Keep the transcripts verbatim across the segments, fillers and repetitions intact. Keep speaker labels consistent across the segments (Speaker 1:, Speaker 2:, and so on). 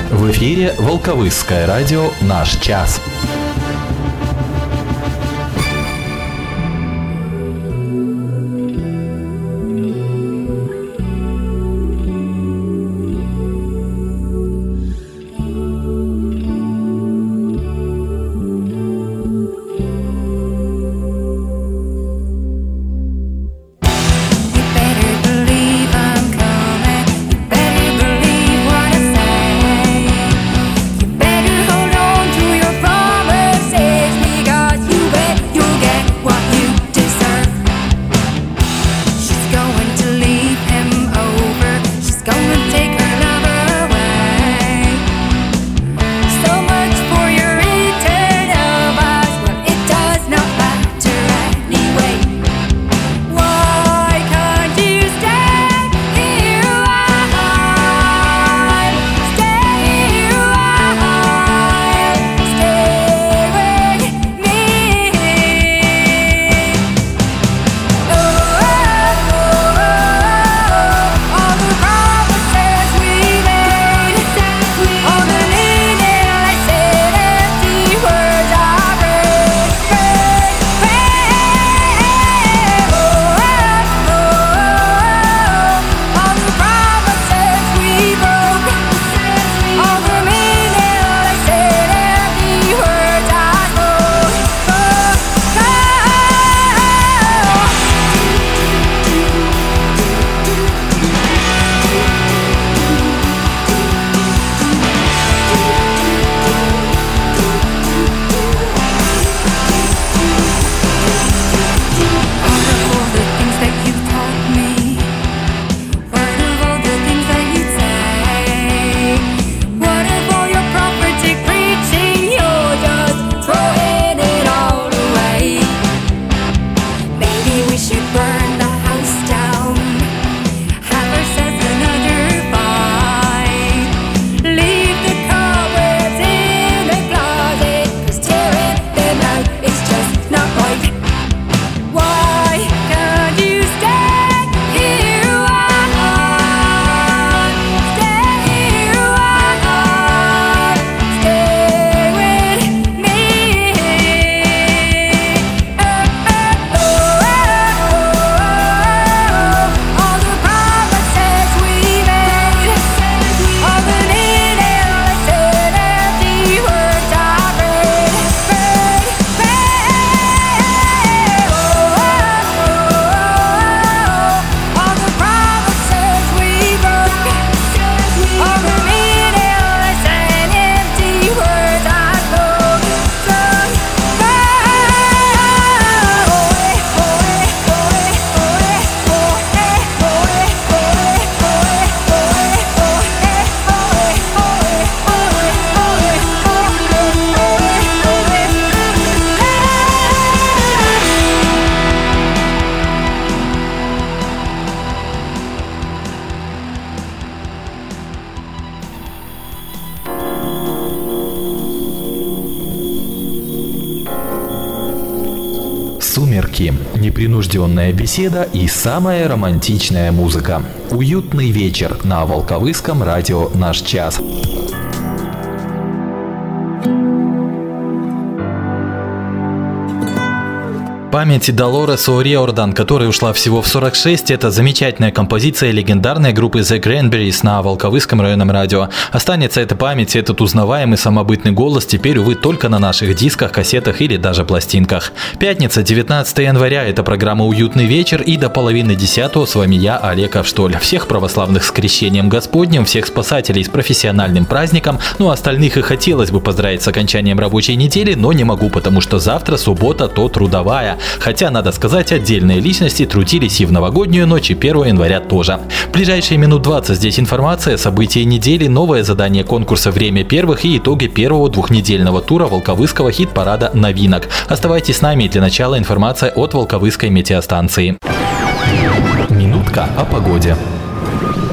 Speaker 1: В эфире Волковысское радио «Наш час». «Сумерки», непринужденная беседа и самая романтичная музыка. Уютный вечер на Волковысском радио «Наш час». Память Долорес О'Риордан, которая ушла всего в сорок шесть, это замечательная композиция легендарной группы The Cranberries на Волковысском районном радио. Останется эта память, этот узнаваемый самобытный голос теперь, увы, только на наших дисках, кассетах или даже пластинках. Пятница, девятнадцатого января, это программа «Уютный вечер», и до половины десятого с вами я, Олег Авштоль. Всех православных с крещением Господним, всех спасателей с профессиональным праздником, ну а остальных и хотелось бы поздравить с окончанием рабочей недели, но не могу, потому что завтра суббота, то трудовая. Хотя, надо сказать, отдельные личности трудились и в новогоднюю ночь, и первого января тоже. В ближайшие минут двадцать здесь информация, события недели, новое задание конкурса «Время первых» и итоги первого двухнедельного тура Волковысского хит-парада новинок. Оставайтесь с нами, для начала информация от Волковысской метеостанции. Минутка о погоде.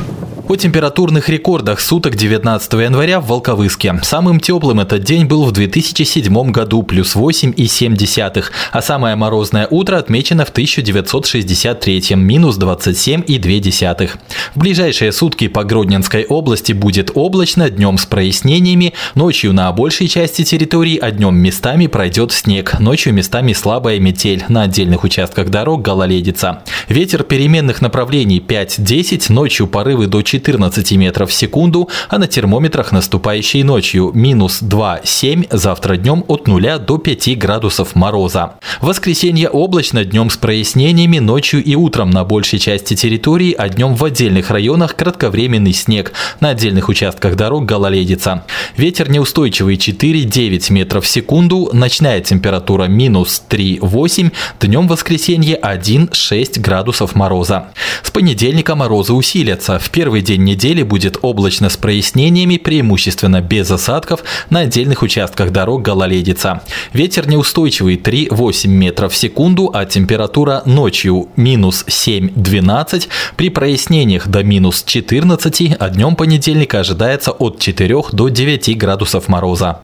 Speaker 1: О температурных рекордах суток девятнадцатого января в Волковыске. Самым теплым этот день был в две тысячи седьмом году, плюс восемь и семь десятых, а самое морозное утро отмечено в тысяча девятьсот шестьдесят третьем, минус двадцать семь и две десятых. В ближайшие сутки по Гродненской области будет облачно, днем с прояснениями, ночью на большей части территории, а днем местами пройдет снег, ночью местами слабая метель, на отдельных участках дорог гололедица. Ветер переменных направлений пять-десять, ночью порывы до четырнадцати метров в секунду, а на термометрах наступающей ночью минус два-семь, завтра днем от нуля до пяти градусов мороза. В воскресенье облачно, днем с прояснениями, ночью и утром на большей части территории, а днем в отдельных районах кратковременный снег, на отдельных участках дорог гололедица. Ветер неустойчивый четыре-девять метров в секунду, ночная температура минус три-восемь, днем в воскресенье один-шесть градусов мороза. С понедельника морозы усилятся. В первый день недели будет облачно с прояснениями, преимущественно без осадков, на отдельных участках дорог гололедица. Ветер неустойчивый три-восемь метров в секунду, а температура ночью минус семь-двенадцать, при прояснениях до минус четырнадцати, а днем понедельника ожидается от четырёх до девяти градусов мороза.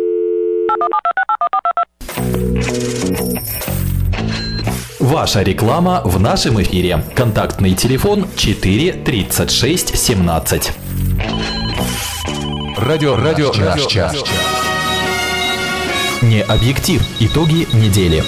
Speaker 1: Ваша реклама в нашем эфире. Контактный телефон четыре тридцать шесть семнадцать.
Speaker 2: Радио, радио, наш час.
Speaker 1: Не объектив. Итоги недели.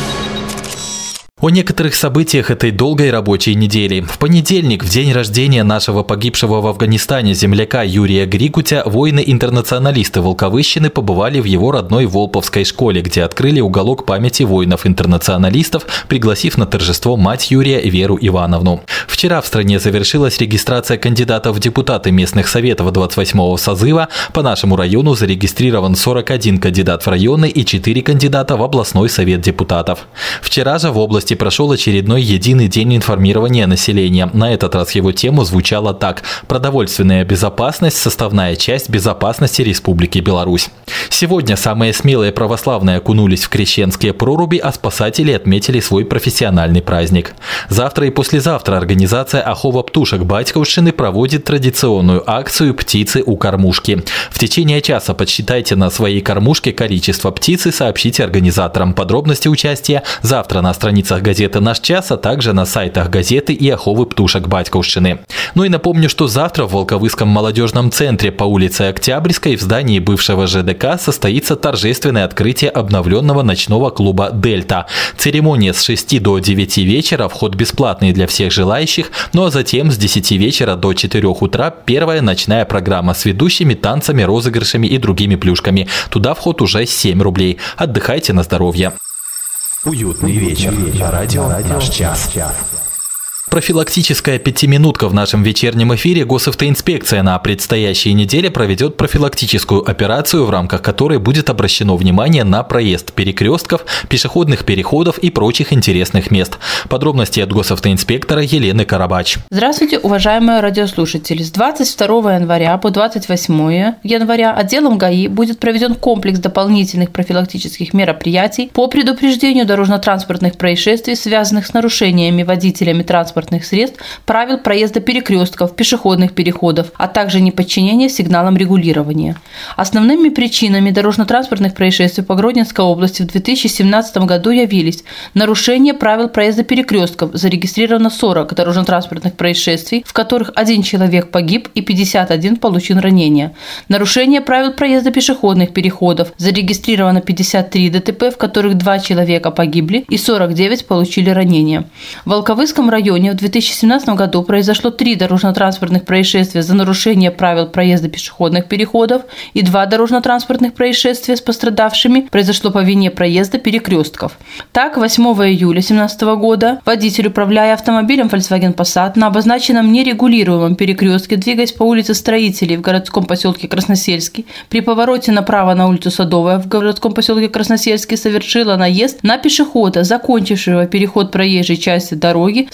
Speaker 1: О некоторых событиях этой долгой рабочей недели. В понедельник, в день рождения нашего погибшего в Афганистане земляка Юрия Григутя, воины-интернационалисты Волковыщины побывали в его родной Волповской школе, где открыли уголок памяти воинов-интернационалистов, пригласив на торжество мать Юрия Веру Ивановну. Вчера в стране завершилась регистрация кандидатов в депутаты местных советов двадцать восьмого созыва. По нашему району зарегистрирован сорок один кандидат в районный и четыре кандидата в областной совет депутатов. Вчера же в области прошел очередной единый день информирования населения. На этот раз его тема звучала так: «Продовольственная безопасность – составная часть безопасности Республики Беларусь». Сегодня самые смелые православные окунулись в крещенские проруби, а спасатели отметили свой профессиональный праздник. Завтра и послезавтра организация «Ахова птушек Батьковщины» проводит традиционную акцию «Птицы у кормушки». В течение часа подсчитайте на своей кормушке количество птиц и сообщите организаторам. Подробности участия завтра на страницах газеты «Наш час», а также на сайтах газеты и Аховы птушек Батьковщины. Ну и напомню, что завтра в Волковыском молодежном центре по улице Октябрьской в здании бывшего ЖДК состоится торжественное открытие обновленного ночного клуба «Дельта». Церемония с шести до девяти вечера, вход бесплатный для всех желающих, ну а затем с десяти вечера до четырёх утра первая ночная программа с ведущими, танцами, розыгрышами и другими плюшками. Туда вход уже семь рублей. Отдыхайте на здоровье.
Speaker 2: Уютный вечер. На радио, наш час.
Speaker 1: Профилактическая пятиминутка в нашем вечернем эфире. Госавтоинспекция на предстоящей неделе проведет профилактическую операцию, в рамках которой будет обращено внимание на проезд перекрестков, пешеходных переходов и прочих интересных мест. Подробности от госавтоинспектора Елены Карабач.
Speaker 3: Здравствуйте, уважаемые радиослушатели. С двадцать второго января по двадцать восьмое января отделом ГАИ будет проведен комплекс дополнительных профилактических мероприятий по предупреждению дорожно-транспортных происшествий, связанных с нарушениями водителями транспортных средств правил проезда перекрестков, пешеходных переходов, а также неподчинения сигналам регулирования. Основными причинами дорожно-транспортных происшествий по Гродненской области в две тысячи семнадцатом году явились нарушение правил проезда перекрестков. Зарегистрировано сорок дорожно-транспортных происшествий, в которых один человек погиб и пятьдесят один получил ранения. Нарушение правил проезда пешеходных переходов. Зарегистрировано пятьдесят три ДТП, в которых два человека погибли и сорок девять получили ранения. В Волковыском районе в две тысячи семнадцатом году произошло три дорожно-транспортных происшествия за нарушение правил проезда пешеходных переходов и два дорожно-транспортных происшествия с пострадавшими произошло по вине проезда перекрестков. Так, восьмого июля две тысячи семнадцатого года водитель, управляя автомобилем Volkswagen Passat на обозначенном нерегулируемом перекрестке, двигаясь по улице Строителей в городском поселке Красносельский, при повороте направо на улицу Садовая в городском поселке Красносельский совершила наезд на пешехода, закончившего переход проезжей части дороги справа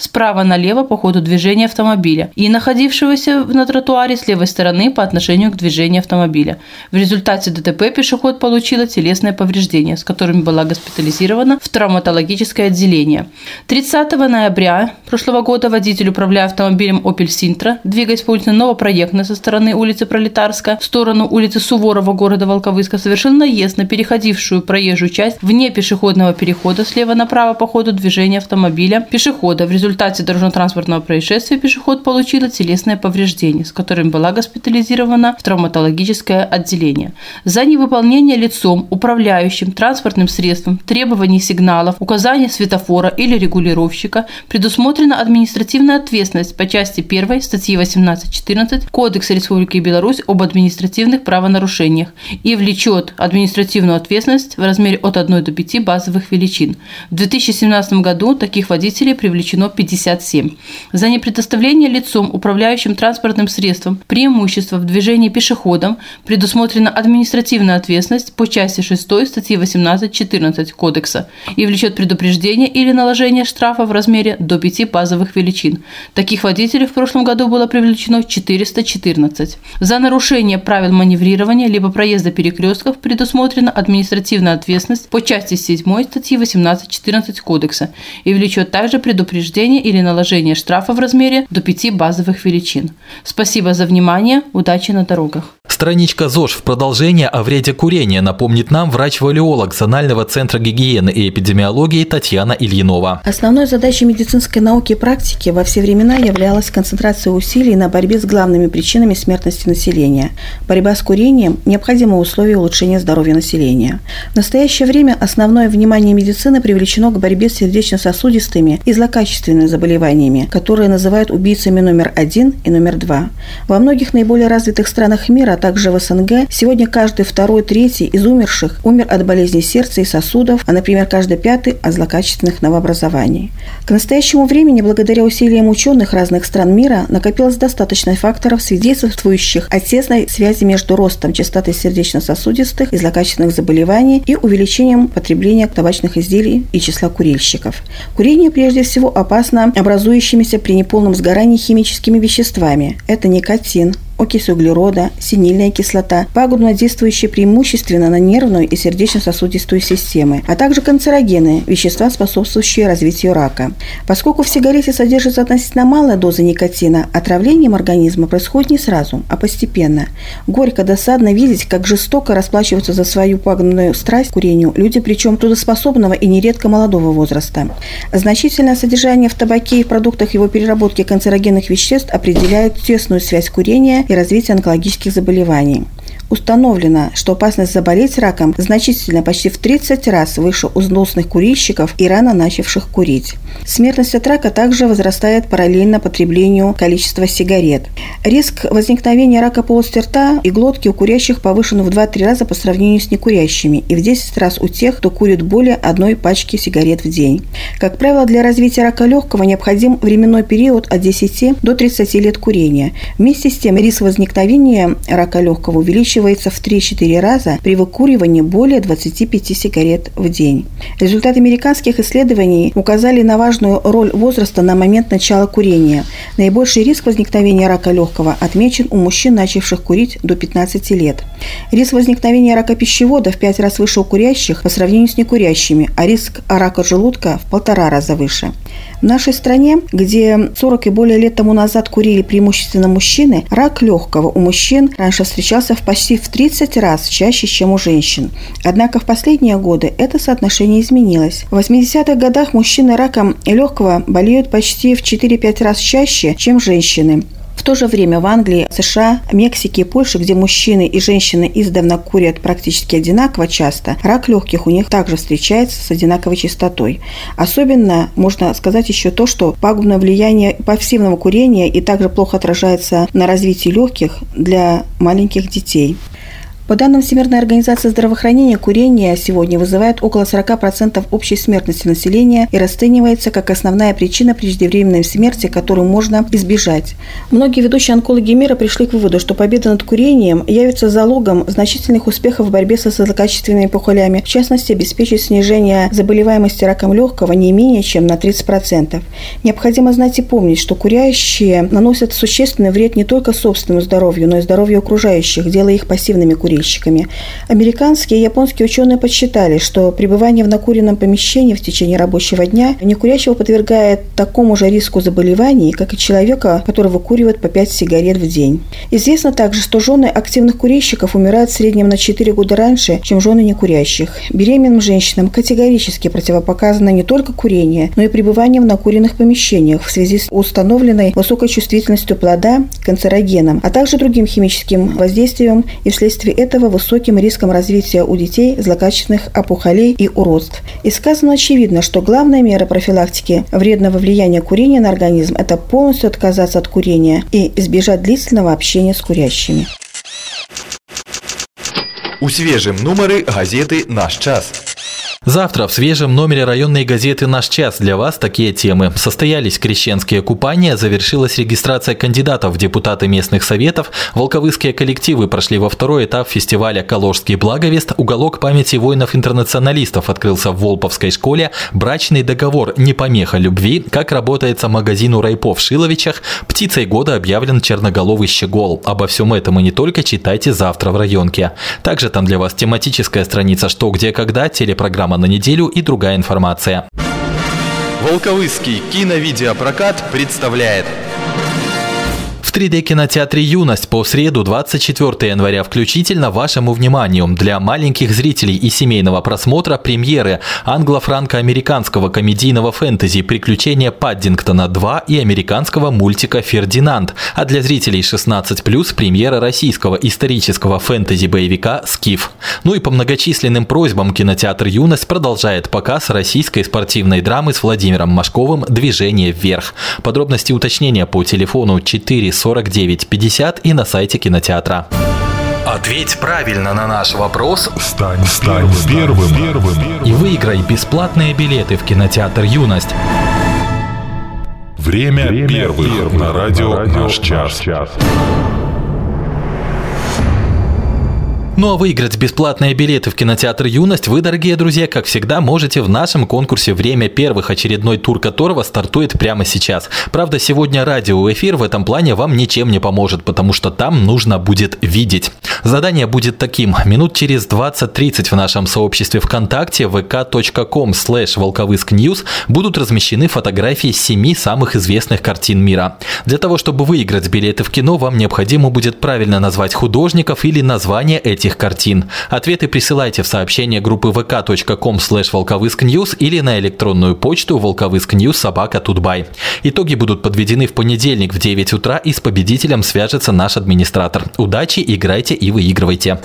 Speaker 3: налево по ходу движения автомобиля и находившегося на тротуаре с левой стороны по отношению к движению автомобиля. В результате ДТП пешеход получила телесные повреждения, с которыми была госпитализирована в травматологическое отделение. тридцатого ноября прошлого года водитель, управляя автомобилем Opel Sintra, двигаясь по улице Новопроектной со стороны улицы Пролетарская в сторону улицы Суворова города Волковыска, совершил наезд на переходившую проезжую часть вне пешеходного перехода слева направо по ходу движения автомобиля пешехода. В результате дорожно-транспортного происшествия пешеход получила телесные повреждения, с которыми была госпитализирована в травматологическое отделение. За невыполнение лицом, управляющим транспортным средством, требований сигналов, указания светофора или регулировщика предусмотрена административная ответственность по части первой статьи восемнадцать четырнадцать Кодекса Республики Беларусь об административных правонарушениях и влечет административную ответственность в размере от одной до пяти базовых величин. В две тысячи семнадцатом году таких водителей привлечено пятьдесят семь. За непредоставление лицом, управляющим транспортным средством, преимущества в движении пешеходом предусмотрена административная ответственность по части шестой статьи восемнадцать четырнадцать Кодекса и влечет предупреждение или наложение штрафа в размере до пяти базовых величин. Таких водителей в прошлом году было привлечено четыреста четырнадцать. За нарушение правил маневрирования либо проезда перекрестков предусмотрена административная ответственность по части седьмой статьи восемнадцать четырнадцать Кодекса и влечет также предупреждение или наложение штрафа в размере до пяти базовых величин. Спасибо за внимание. Удачи на дорогах.
Speaker 1: Страничка ЗОЖ в продолжение о вреде курения напомнит нам врач-валеолог Зонального центра гигиены и эпидемиологии Татьяна Ильинова.
Speaker 4: Основной задачей медицинской науки и практики во все времена являлась концентрация усилий на борьбе с главными причинами смертности населения. Борьба с курением – необходимое условие улучшения здоровья населения. В настоящее время основное внимание медицины привлечено к борьбе с сердечно-сосудистыми и злокачественными заболеваниями, которые называют убийцами номер один и номер два. Во многих наиболее развитых странах мира, а также в СНГ, сегодня каждый второй, третий из умерших умер от болезней сердца и сосудов, а, например, каждый пятый от злокачественных новообразований. К настоящему времени, благодаря усилиям ученых разных стран мира, накопилось достаточно факторов, свидетельствующих о тесной связи между ростом частоты сердечно-сосудистых и злокачественных заболеваний и увеличением потребления табачных изделий и числа курильщиков. Курение прежде всего опасно образующимися при неполном сгорании химическими веществами. Это никотин, окись углерода, синильная кислота, пагубно действующие преимущественно на нервную и сердечно-сосудистую системы, а также канцерогены, вещества, способствующие развитию рака. Поскольку в сигарете содержится относительно малая доза никотина, отравлением организма происходит не сразу, а постепенно. Горько, досадно видеть, как жестоко расплачиваются за свою пагубную страсть к курению люди, причем трудоспособного и нередко молодого возраста. Значительное содержание в табаке и в продуктах его переработки канцерогенных веществ определяет тесную связь курения и развития онкологических заболеваний. Установлено, что опасность заболеть раком значительно, почти в тридцать раз выше у сносных курильщиков и рано начавших курить. Смертность от рака также возрастает параллельно потреблению количества сигарет. Риск возникновения рака полости рта и глотки у курящих повышен в два-три раза по сравнению с некурящими и в десять раз у тех, кто курит более одной пачки сигарет в день. Как правило, для развития рака легкого необходим временной период от десяти до тридцати лет курения. Вместе с тем, риск возникновения рака легкого увеличивается в три-четыре раза при выкуривании более двадцати пяти сигарет в день. Результаты американских исследований указали на важную роль возраста на момент начала курения. Наибольший риск возникновения рака легкого отмечен у мужчин, начавших курить до пятнадцати лет. Риск возникновения рака пищевода в пять раз выше у курящих по сравнению с некурящими, а риск рака желудка в полтора раза выше. В нашей стране, где сорок и более лет тому назад курили преимущественно мужчины, рак легкого у мужчин раньше встречался в почти в тридцать раз чаще, чем у женщин. Однако в последние годы это соотношение изменилось. В восьмидесятых годах мужчины раком легкого болеют почти в четыре-пять раз чаще, чем женщины. В то же время в Англии, США, Мексике и Польше, где мужчины и женщины издавна курят практически одинаково часто, рак легких у них также встречается с одинаковой частотой. Особенно можно сказать еще то, что пагубное влияние пассивного курения и также плохо отражается на развитии легких для маленьких детей. По данным Всемирной организации здравоохранения, курение сегодня вызывает около сорок процентов общей смертности населения и расценивается как основная причина преждевременной смерти, которую можно избежать. Многие ведущие онкологи мира пришли к выводу, что победа над курением явится залогом значительных успехов в борьбе со злокачественными опухолями, в частности, обеспечить снижение заболеваемости раком легкого не менее чем на тридцать процентов. Необходимо знать и помнить, что курящие наносят существенный вред не только собственному здоровью, но и здоровью окружающих, делая их пассивными курильщиками. Американские и японские ученые подсчитали, что пребывание в накуренном помещении в течение рабочего дня некурящего подвергает такому же риску заболеваний, как и человека, который выкуривает по пять сигарет в день. Известно также, что жены активных курильщиков умирают в среднем на четыре года раньше, чем жены некурящих. Беременным женщинам категорически противопоказано не только курение, но и пребывание в накуренных помещениях в связи с установленной высокой чувствительностью плода к канцерогенам, а также другим химическим воздействием и вследствие этого высоким риском развития у детей злокачественных опухолей и уродств. Из сказанного очевидно, что главная мера профилактики вредного влияния курения на организм – это полностью отказаться от курения и избежать длительного общения с курящими.
Speaker 2: У свежем номеры газеты «Наш час».
Speaker 1: Завтра в свежем номере районной газеты «Наш час» для вас такие темы. Состоялись крещенские купания, завершилась регистрация кандидатов в депутаты местных советов, волковыские коллективы прошли во второй этап фестиваля «Калужский благовест», уголок памяти воинов-интернационалистов открылся в Волповской школе, брачный договор «Не помеха любви», как работается магазин у Райпо в Шиловичах, птицей года объявлен черноголовый щегол. Обо всем этом и не только читайте завтра в районке. Также там для вас тематическая страница «Что, где, когда», телепрограмма на неделю и другая информация.
Speaker 2: Волковыский киновидеопрокат представляет.
Speaker 1: В три дэ кинотеатре «Юность» по среду двадцать четвёртого января включительно вашему вниманию для маленьких зрителей и семейного просмотра премьеры англо-франко-американского комедийного фэнтези «Приключения Паддингтона два» и американского мультика «Фердинанд», а для зрителей шестнадцать плюс премьера российского исторического фэнтези-боевика «Скиф». Ну и по многочисленным просьбам кинотеатр «Юность» продолжает показ российской спортивной драмы с Владимиром Машковым «Движение вверх». Подробности и уточнения по телефону четыре сорок девять пятьдесят и на сайте кинотеатра. Ответь правильно на наш вопрос.
Speaker 5: Стань, стань первым, первым, первым.
Speaker 1: И выиграй бесплатные билеты в кинотеатр «Юность».
Speaker 5: Время, Время первых, первых на радио, на радио «Наш час». час.
Speaker 1: Ну а выиграть бесплатные билеты в кинотеатр «Юность» вы, дорогие друзья, как всегда, можете в нашем конкурсе «Время первых», очередной тур которого стартует прямо сейчас. Правда, сегодня радиоэфир в этом плане вам ничем не поможет, потому что там нужно будет видеть. Задание будет таким. Минут через двадцать-тридцать в нашем сообществе ВКонтакте вэ ка точка ком слэш волковыскньюз будут размещены фотографии семи самых известных картин мира. Для того, чтобы выиграть билеты в кино, вам необходимо будет правильно назвать художников или название этих картин. Ответы присылайте в сообщение группы вэ ка точка ком слэш волковыскньюз или на электронную почту волковыскньюз собака тутбай. Итоги будут подведены в понедельник в девять утра, и с победителем свяжется наш администратор. Удачи, играйте и выигрывайте.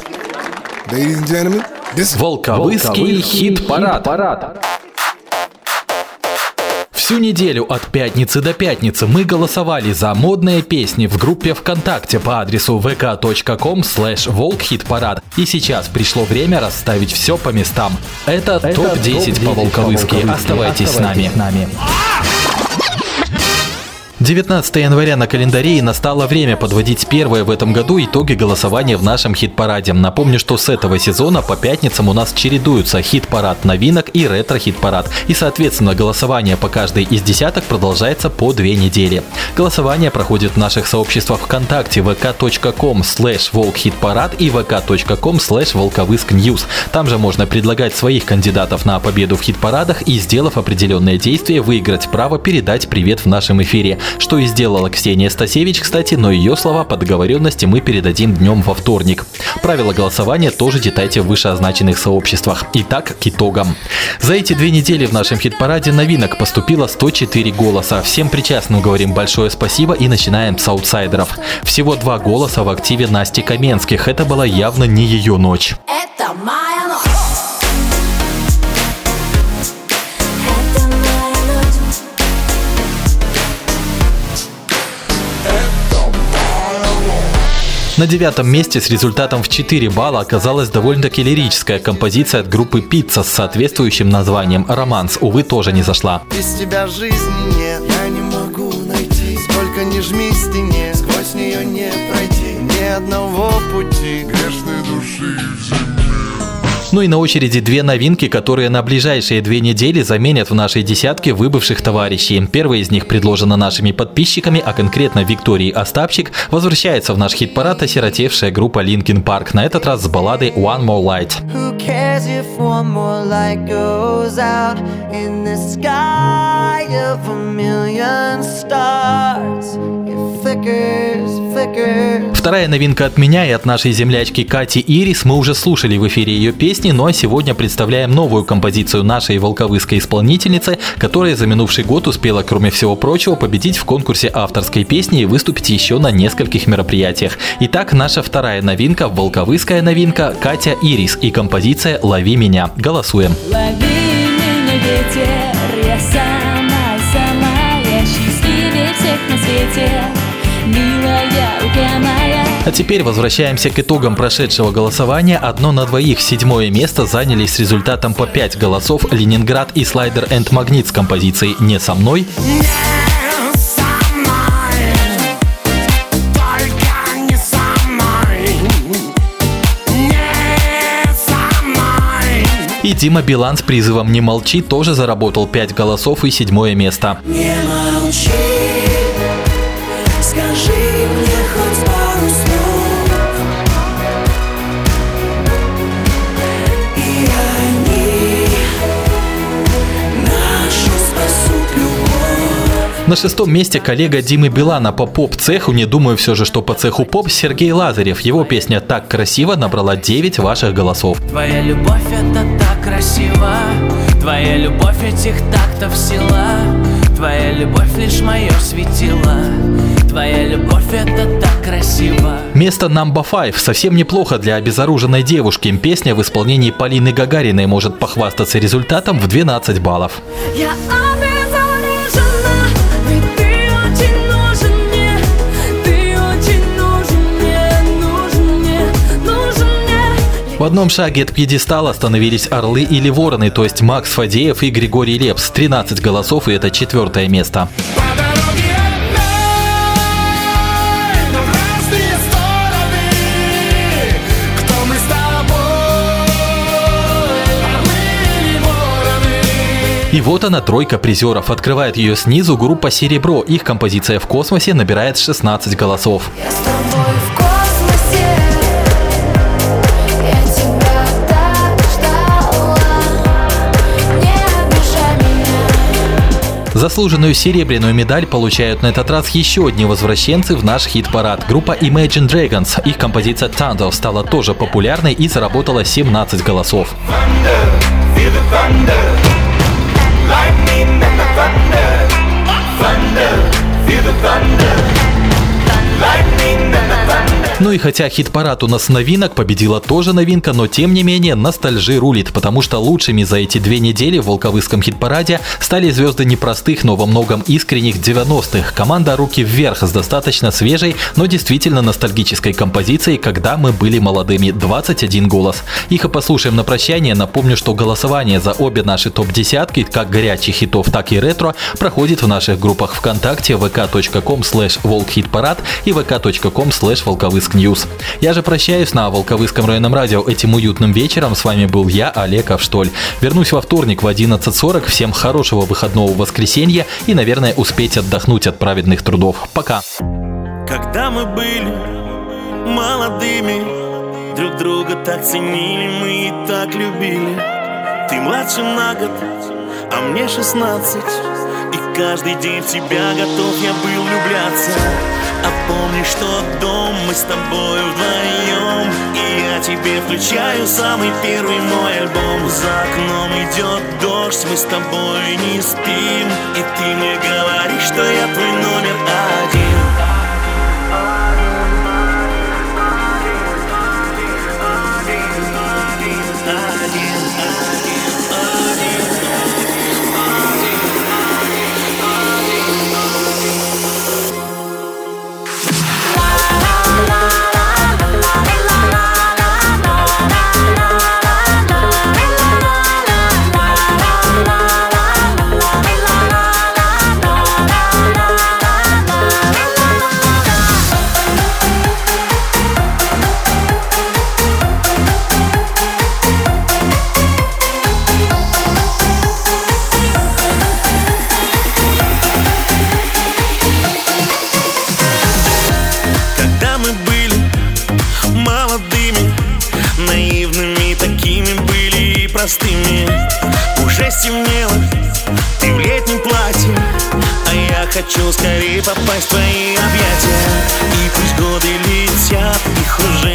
Speaker 1: Волковыский хит-парад. Всю неделю от пятницы до пятницы мы голосовали за модные песни в группе ВКонтакте по адресу вэ ка точка ком слэш волкхитпарад. И сейчас пришло время расставить все по местам. Это, Это топ десять по волковыски. Оставайтесь с нами. девятнадцатого января на календаре, и настало время подводить первые в этом году итоги голосования в нашем хит-параде. Напомню, что с этого сезона по пятницам у нас чередуются хит-парад новинок и ретро-хит-парад. И, соответственно, голосование по каждой из десяток продолжается по две недели. Голосование проходит в наших сообществах ВКонтакте вэ ка точка ком слэш волкхитпарад и вэ ка точка ком слэш волковыскньюз. Там же можно предлагать своих кандидатов на победу в хит-парадах и, сделав определенные действия, выиграть право передать привет в нашем эфире. Что и сделала Ксения Стасевич, кстати, но ее слова по договоренности мы передадим днем во вторник. Правила голосования тоже читайте в вышеозначенных сообществах. Итак, к итогам. За эти две недели в нашем хит-параде новинок поступило сто четыре голоса. Всем причастным говорим большое спасибо и начинаем с аутсайдеров. Всего два голоса в активе Насти Каменских. Это была явно не ее ночь.
Speaker 6: Это моя ночь.
Speaker 1: На девятом месте с результатом в четыре балла оказалась довольно-таки лирическая композиция от группы «Пицца» с соответствующим названием «Романс». Увы, тоже не зашла.
Speaker 6: Без тебя жизни нет, я не могу найти. Сколько ни жми к стене, сквозь нее не пройти ни одного пути грешной души в земле.
Speaker 1: Ну и на очереди две новинки, которые на ближайшие две недели заменят в нашей десятке выбывших товарищей. Первая из них предложена нашими подписчиками, а конкретно Викторией Остапчик. Возвращается в наш хит-парад осиротевшая группа Linkin Park, на этот раз с балладой One More Light.
Speaker 7: Who cares if one more light goes out in the sky of a million stars? It flickers, flickers.
Speaker 1: Вторая новинка от меня и от нашей землячки Кати Ирис. Мы уже слушали в эфире ее песни, ну а сегодня представляем новую композицию нашей волковыской исполнительницы, которая за минувший год успела, кроме всего прочего, победить в конкурсе авторской песни и выступить еще на нескольких мероприятиях. Итак, наша вторая новинка, волковыская новинка, Катя Ирис и композиция «Лови меня». Голосуем.
Speaker 8: Лови меня, ветер, я сама, сама, я счастливее всех на свете, милая, упрямая.
Speaker 1: А теперь возвращаемся к итогам прошедшего голосования. Одно на двоих седьмое место заняли с результатом по пять голосов Ленинград и Слайдер энд Магнит с композицией «Не со мной». И Дима Билан с призывом «Не молчи» тоже заработал пять голосов и седьмое место.
Speaker 7: Не молчи, скажи мне хоть пару слов, и они нашу спасут любовь.
Speaker 1: На шестом месте коллега Димы Билана по поп-цеху, не думаю все же, что по цеху поп, Сергей Лазарев. Его песня «Так красиво» набрала девять ваших голосов.
Speaker 9: Твоя любовь это так красиво, твоя любовь этих тактов сила, твоя любовь лишь мое светило, твоя любовь это так красиво.
Speaker 1: Место number five совсем неплохо для обезоруженной девушки. Песня в исполнении Полины Гагариной может похвастаться результатом в двенадцать баллов.
Speaker 8: Я обезоружена, ведь ты очень нужен мне, ты очень нужен мне, нужен мне, нужен мне.
Speaker 1: В одном шаге от пьедестала остановились орлы или вороны, то есть Макс Фадеев и Григорий Лепс. тринадцать голосов, и это четвертое место. И вот она, тройка призеров. Открывает ее снизу группа «Серебро». Их композиция «В космосе» набирает шестнадцать голосов.
Speaker 8: Я с тобой в космосе, я тебя так ждала, не обижай меня.
Speaker 1: Заслуженную серебряную медаль получают на этот раз еще одни возвращенцы в наш хит-парад. Группа Imagine Dragons. Их композиция «Thunder» стала тоже популярной и заработала семнадцать голосов.
Speaker 6: Lightning and the thunder, thunder, feel the thunder. Lightning and the thunder.
Speaker 1: Ну и хотя хит-парад у нас новинок, победила тоже новинка, но тем не менее ностальжи рулит, потому что лучшими за эти две недели в волковыском хит-параде стали звезды непростых, но во многом искренних девяностых. Команда «Руки вверх» с достаточно свежей, но действительно ностальгической композицией «Когда мы были молодыми», двадцать один голос. Их и послушаем на прощание. Напомню, что голосование за обе наши топ-десятки, как горячих хитов, так и ретро, проходит в наших группах ВКонтакте вэ ка точка ком слэш волкхитпарад и вэ ка точка ком слэш волковыск ньюс. Я же прощаюсь на Волковыском районном радио этим уютным вечером. С вами был я, Олег Авштоль. Вернусь во вторник в одиннадцать сорок. Всем хорошего выходного воскресенья и, наверное, успеть отдохнуть от праведных трудов. Пока.
Speaker 10: Когда мы были молодыми, друг друга так ценили, мы и так любили. Ты младше на год, а мне шестнадцать, и каждый день в тебя готов я был влюбляться. А помнишь тот дом, мы с тобой вдвоем, и я тебе включаю самый первый мой альбом. За окном идет дождь, мы с тобой не спим, и ты мне говоришь, что я твой номер один.
Speaker 8: La la la la.
Speaker 10: простыми. Уже стемнело, ты в летнем платье, а я хочу скорее попасть в твои объятия. И пусть годы летят, их уже